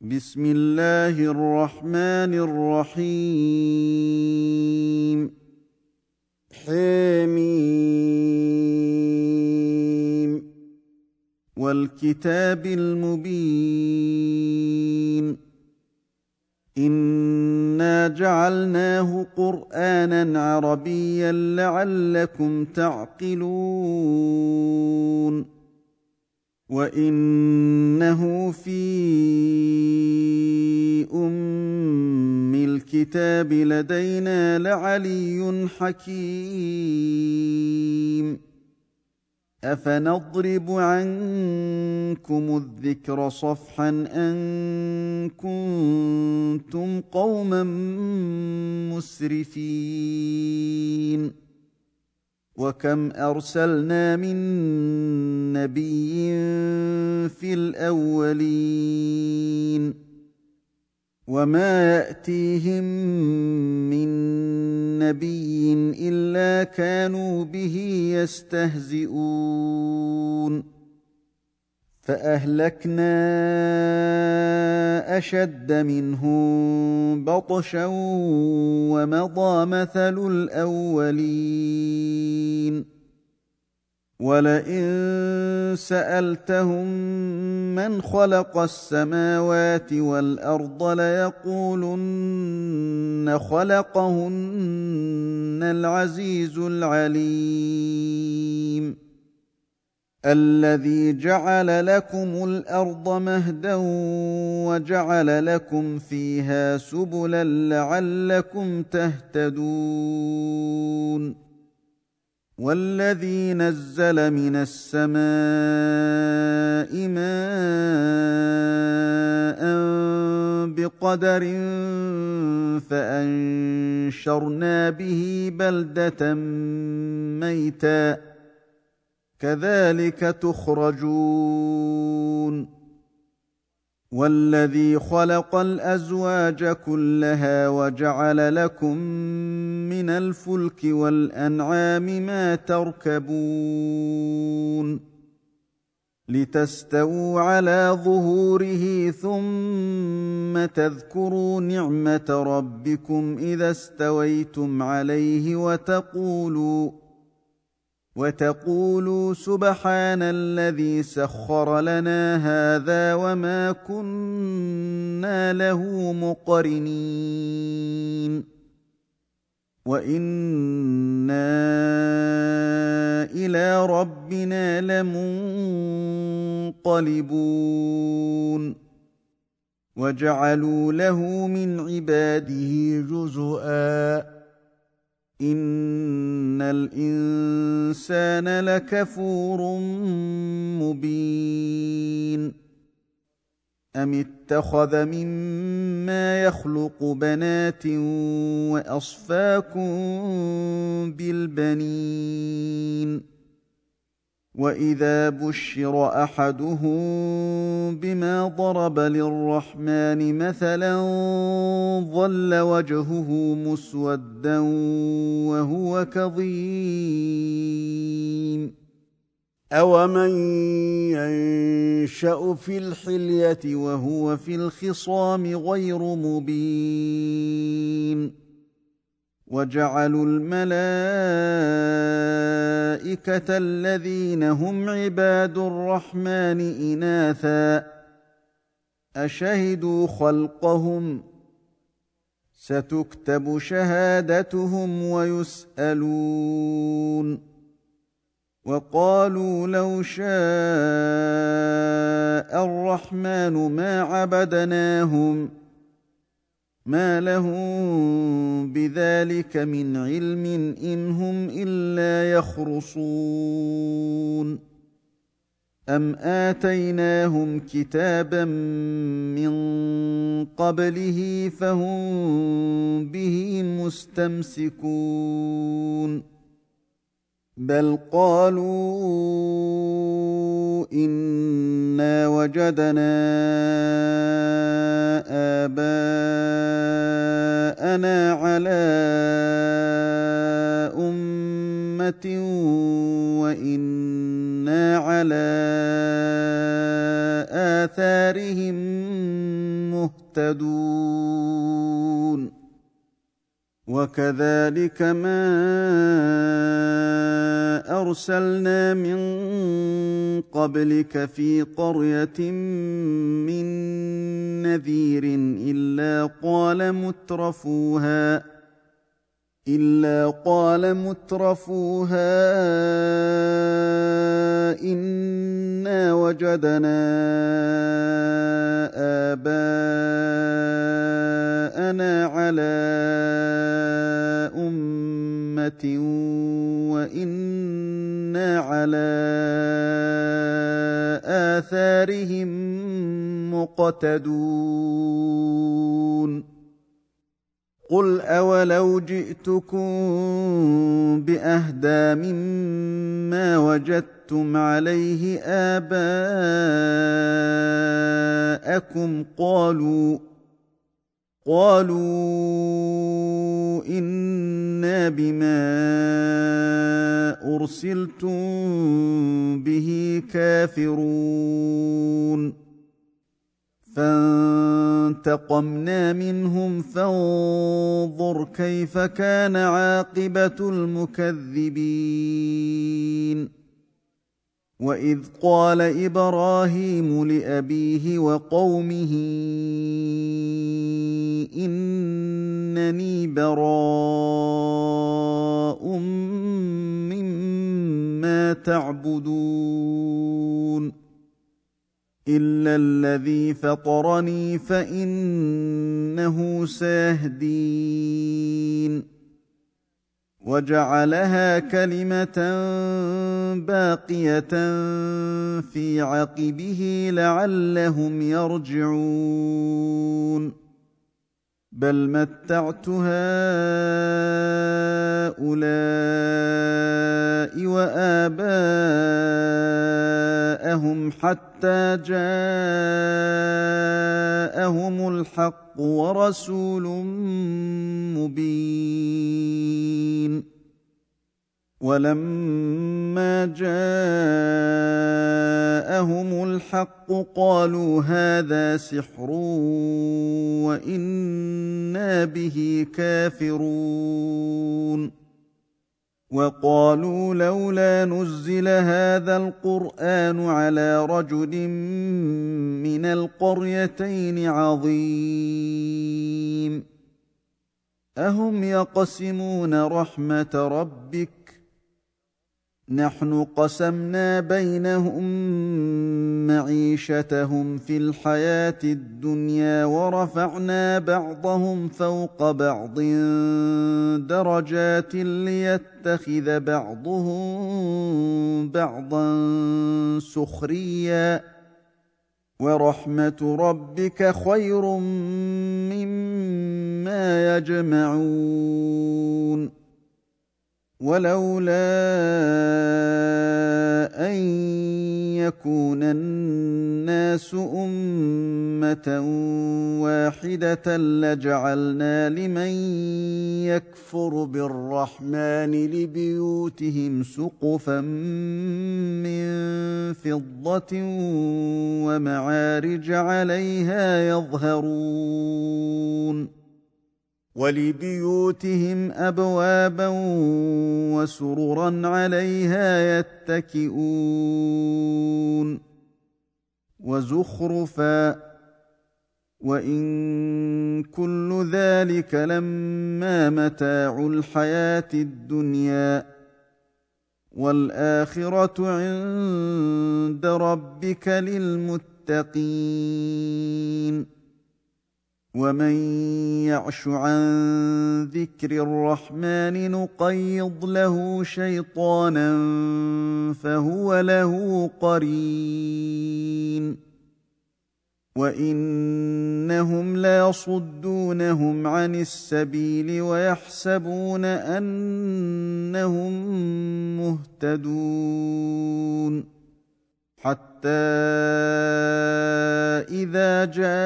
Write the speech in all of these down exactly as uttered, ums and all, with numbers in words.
بسم الله الرحمن الرحيم. حميم والكتاب المبين إنا جعلناه قرآنا عربيا لعلكم تعقلون وإنه في أم الكتاب لدينا لعلي حكيم أفنضرب عنكم الذكر صفحا أن كنتم قوما مسرفين وكم أرسلنا من نبي في الأولين وما يأتيهم من نبي إلا كانوا به يستهزئون فأهلكنا أشد منهم بطشا ومضى مثل الأولين ولئن سألتهم من خلق السماوات والأرض ليقولن خلقهن العزيز العليم الذي جعل لكم الأرض مهدا وجعل لكم فيها سبلا لعلكم تهتدون والذي نزل من السماء ماء بقدر فأنشرنا به بلدة ميتا كذلك تخرجون والذي خلق الأزواج كلها وجعل لكم من الفلك والأنعام ما تركبون لتستووا على ظهوره ثم تذكروا نعمة ربكم إذا استويتم عليه وتقولوا وتقولوا سبحان الذي سخر لنا هذا وما كنا له مقرنين وإنا إلى ربنا لمنقلبون وجعلوا له من عباده جزءا إن الإنسان لكفور مبين أم اتخذ مما يخلق بنات وأصفاكم بالبنين وإذا بشر أحدهم بما ضرب للرحمن مثلا ظل وجهه مسودا وهو كظيم أومن ينشأ في الحلية وهو في الخصام غير مبين وجعلوا الملائكة الذين هم عباد الرحمن إناثا أشهدوا خلقهم ستكتب شهادتهم ويسألون وقالوا لو شاء الرحمن ما عبدناهم ما لهم بذلك من علم إن هم إلا يخرصون أم آتيناهم كتابا من قبله فهم به مستمسكون بل قالوا إنا وجدنا آباءنا على أمة وإنا على آثارهم مهتدون وكذلك ما أرسلنا من قبلك في قرية من نذير إلا قال مترفوها إلا قال مترفوها إنا وجدنا آباءنا على أمة وإنا على آثارهم مقتدون قل أولو جئتكم بأهدى مما وجدتم عليه آباءكم قالوا قالوا إنا بما أرسلتم به كافرون فانتقمنا منهم فانظر كيف كان عاقبة المكذبين وإذ قال إبراهيم لأبيه وقومه إنني براء مما تعبدون إلا الذي فطرني فإنه سيهدين وجعلها كلمة باقية في عقبه لعلهم يرجعون بل متعت هؤلاء وآباءهم حتى جاءهم الحق ورسول مبين ولما جاءهم الحق قالوا هذا سحر وإنا به كافرون وقالوا لولا نزل هذا القرآن على رجل من القريتين عظيم أهم يقسمون رحمة ربك نحن قسمنا بينهم معيشتهم في الحياة الدنيا ورفعنا بعضهم فوق بعض درجات ليتخذ بعضهم بعضا سخريا ورحمة ربك خير مما يجمعون ولولا أن يكون الناس أمة واحدة لجعلنا لمن يكفر بالرحمن لبيوتهم سقفا من فضة ومعارج عليها يظهرون ولبيوتهم أبوابا وسررا عليها يتكئون وزخرفا وإن كل ذلك لما متاع الحياة الدنيا والآخرة عند ربك للمتقين ومن يعش عن ذكر الرحمن نقيض له شيطانا فهو له قرين وإنهم ليصدونهم عن السبيل ويحسبون أنهم مهتدون حتى إذا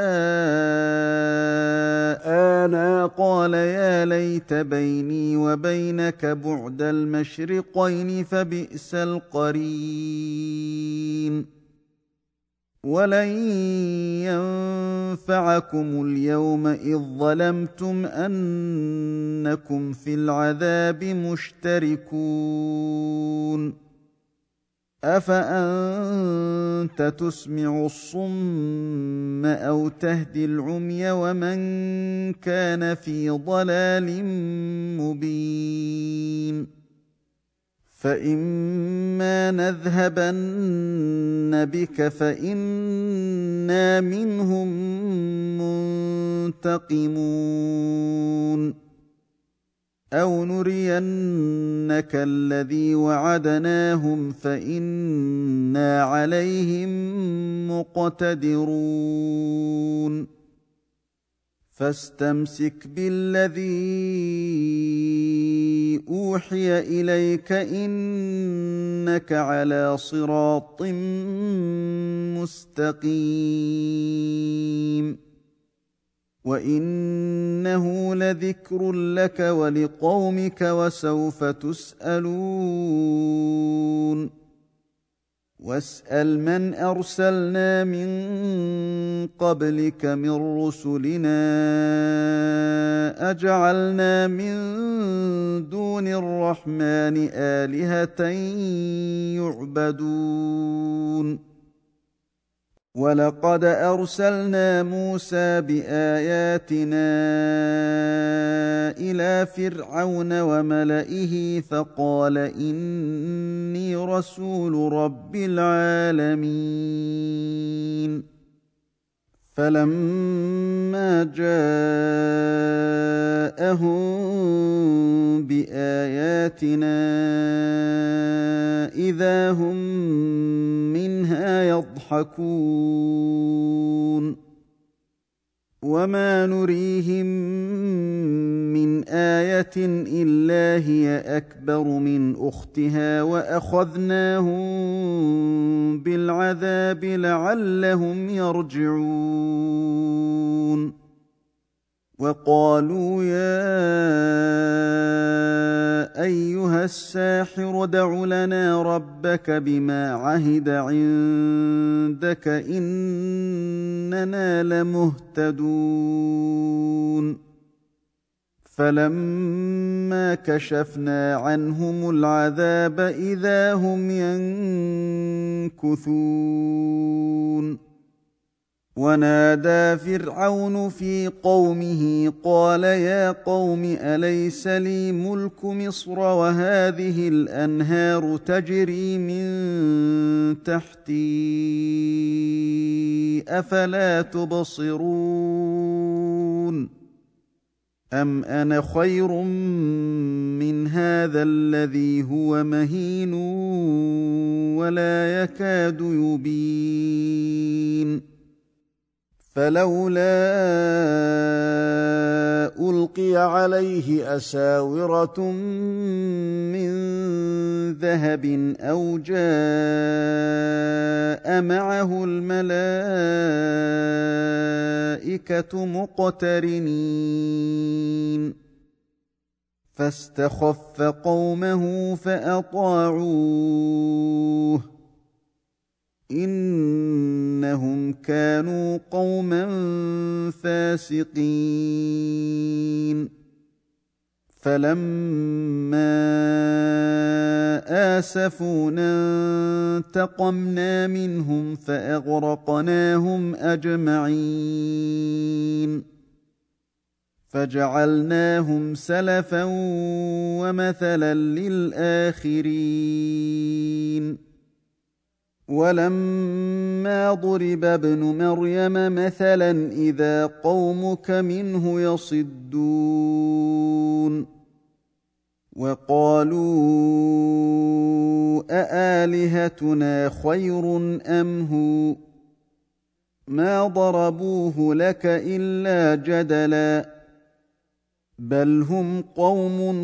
جاءنا قال يا ليت بيني وبينك بعد المشرقين فبئس القرين ولن ينفعكم اليوم إذ ظلمتم أنكم في العذاب مشتركون أفأنت تسمع الصم أو تهدي العمي ومن كان في ضلال مبين فإما نذهبن بك فإنا منهم منتقمون أو نرينك الذي وعدناهم فإنا عليهم مقتدرون فاستمسك بالذي أوحي إليك إنك على صراط مستقيم وإنه لذكر لك ولقومك وسوف تسألون واسأل من أرسلنا من قبلك من رسلنا أجعلنا من دون الرحمن آلهة يعبدون ولقد أرسلنا موسى بآياتنا إلى فرعون وملئه فقال إني رسول رب العالمين فلما جاءهم بآياتنا إذا هم منها يضحكون وما نريهم من آية إلا هي أكبر من أختها وأخذناهم بالعذاب لعلهم يرجعون وقالوا يا أيها الساحر ادع لنا ربك بما عهد عندك إننا لمهتدون فلما كشفنا عنهم العذاب إذا هم ينكثون ونادى فرعون في قومه قال يا قوم أليس لي ملك مصر وهذه الأنهار تجري من تحتي أفلا تبصرون أم أنا خير من هذا الذي هو مهين ولا يكاد يبين فلولا ألقي عليه أساورة من ذهب أو جاء معه الملائكة مقترنين فاستخف قومه فأطاعوه إنهم كانوا قوما فاسقين فلما آسفونا انتقمنا منهم فأغرقناهم أجمعين فجعلناهم سلفا ومثلا للآخرين ولما ضرب ابن مريم مثلا إذا قومك منه يصدون وقالوا أآلهتنا خير أم هو ما ضربوه لك إلا جدلا بل هم قوم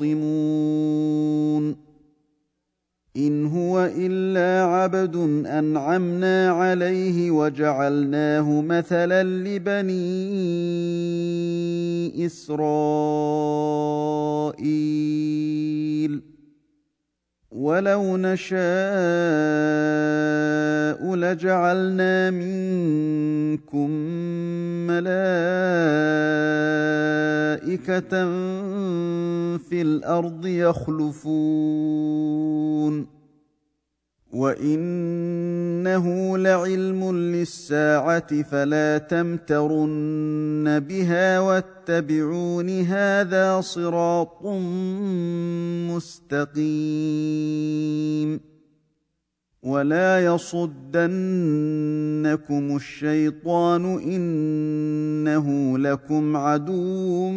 خصمون إن هو إلا عبد أنعمنا عليه وجعلناه مثلا لبني إسرائيل ولو نشاء لجعلنا منكم ملائكة في الأرض يخلفون وإنه لعلم للساعة فلا تمترن بها واتبعون هذا صراط مستقيم ولا يصدنكم الشيطان إنه لكم عدو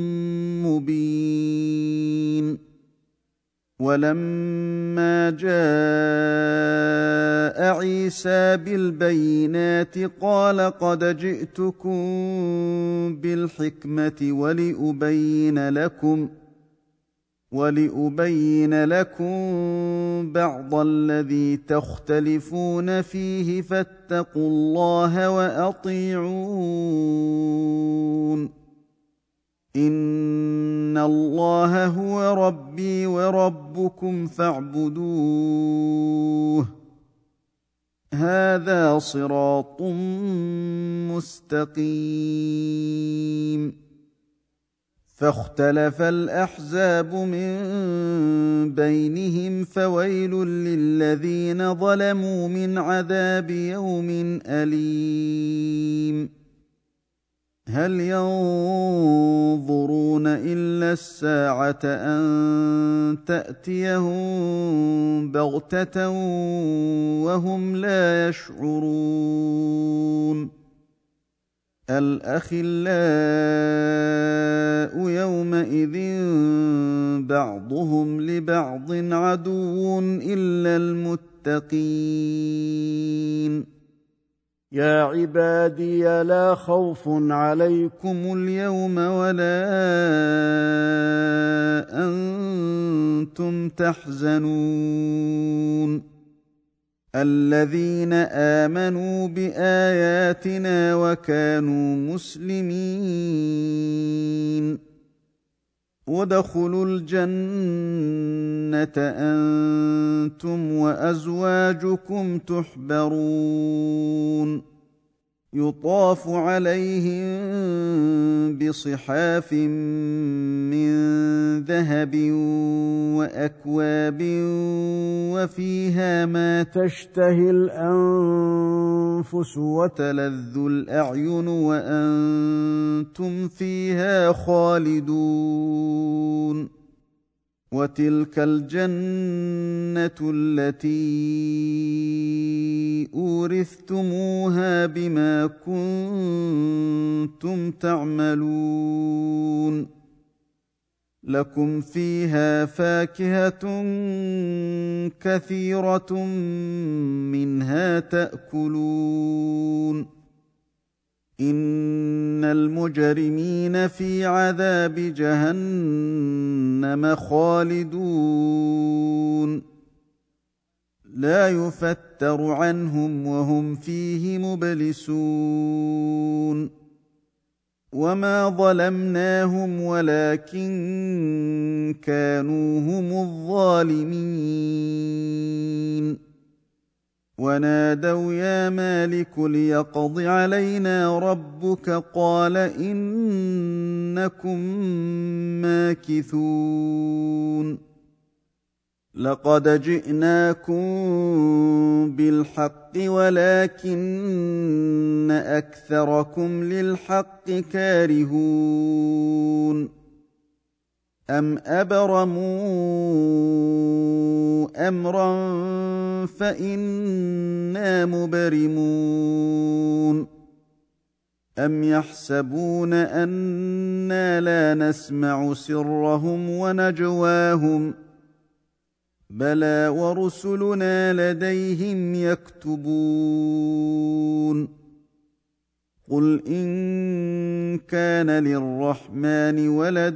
مبين ولما جاء عيسى بالبينات قال قد جئتكم بالحكمة ولأبين لكم ولأبين لكم بعض الذي تختلفون فيه فاتقوا الله وأطيعون إن الله هو ربي وربكم فاعبدوه هذا صراط مستقيم فاختلف الأحزاب من بينهم فويل للذين ظلموا من عذاب يوم أليم هل ينظرون إلا الساعة أن تأتيهم بغتة وهم لا يشعرون الأخلاء يومئذ بعضهم لبعض عدو إلا المتقين يا عبادي لا خوف عليكم اليوم ولا أنتم تحزنون الذين آمنوا بآياتنا وكانوا مسلمين وادخلوا الجنة أنتم وأزواجكم تحبرون يطاف عليهم بصحاف من ذهب وأكواب وفيها ما تشتهي الأنفس وتلذ الأعين وأنتم فيها خالدون وتلك الجنة التي أورثتموها بما كنتم تعملون لكم فيها فاكهة كثيرة منها تأكلون إن المجرمين في عذاب جهنم خالدون لا يفتر عنهم وهم فيه مبلسون وما ظلمناهم ولكن كانوا هم الظالمين ونادوا يا مالك ليقض علينا ربك قال إنكم ماكثون لقد جئناكم بالحق ولكن أكثركم للحق كارهون أم أبرموا أمرا فإنا مبرمون أم يحسبون أنا لا نسمع سرهم ونجواهم بلى ورسلنا لديهم يكتبون قل إن كان للرحمن ولد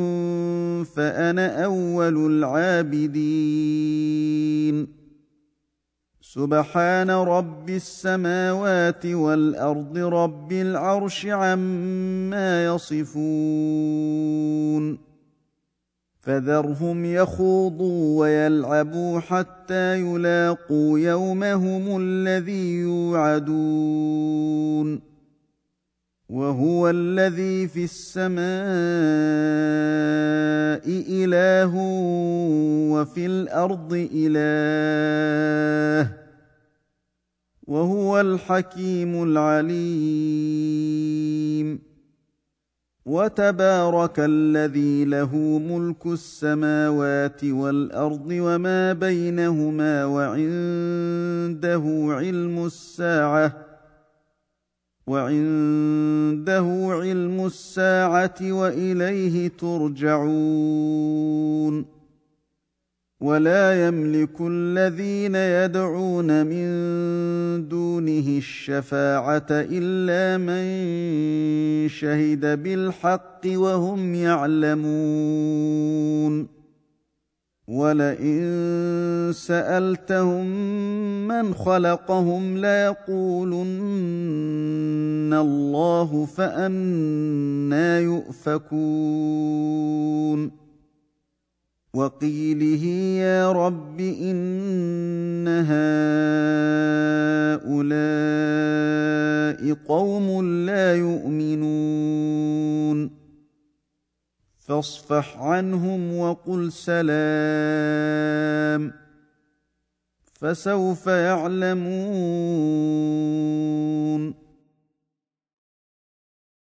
فأنا أول العابدين سبحان رب السماوات والأرض رب العرش عما يصفون فذرهم يخوضوا ويلعبوا حتى يلاقوا يومهم الذي يوعدون وهو الذي في السماء إله وفي الأرض إله وهو الحكيم العليم وتبارك الذي له ملك السماوات والأرض وما بينهما وعنده علم الساعة وعنده علم الساعة وإليه ترجعون ولا يملك الذين يدعون من دونه الشفاعة إلا من شهد بالحق وهم يعلمون ولئن سألتهم من خلقهم ليقولن الله فأنى يؤفكون وقيله يا رب إن هؤلاء قوم لا يؤمنون فاصفح عنهم وقل سلام فسوف يعلمون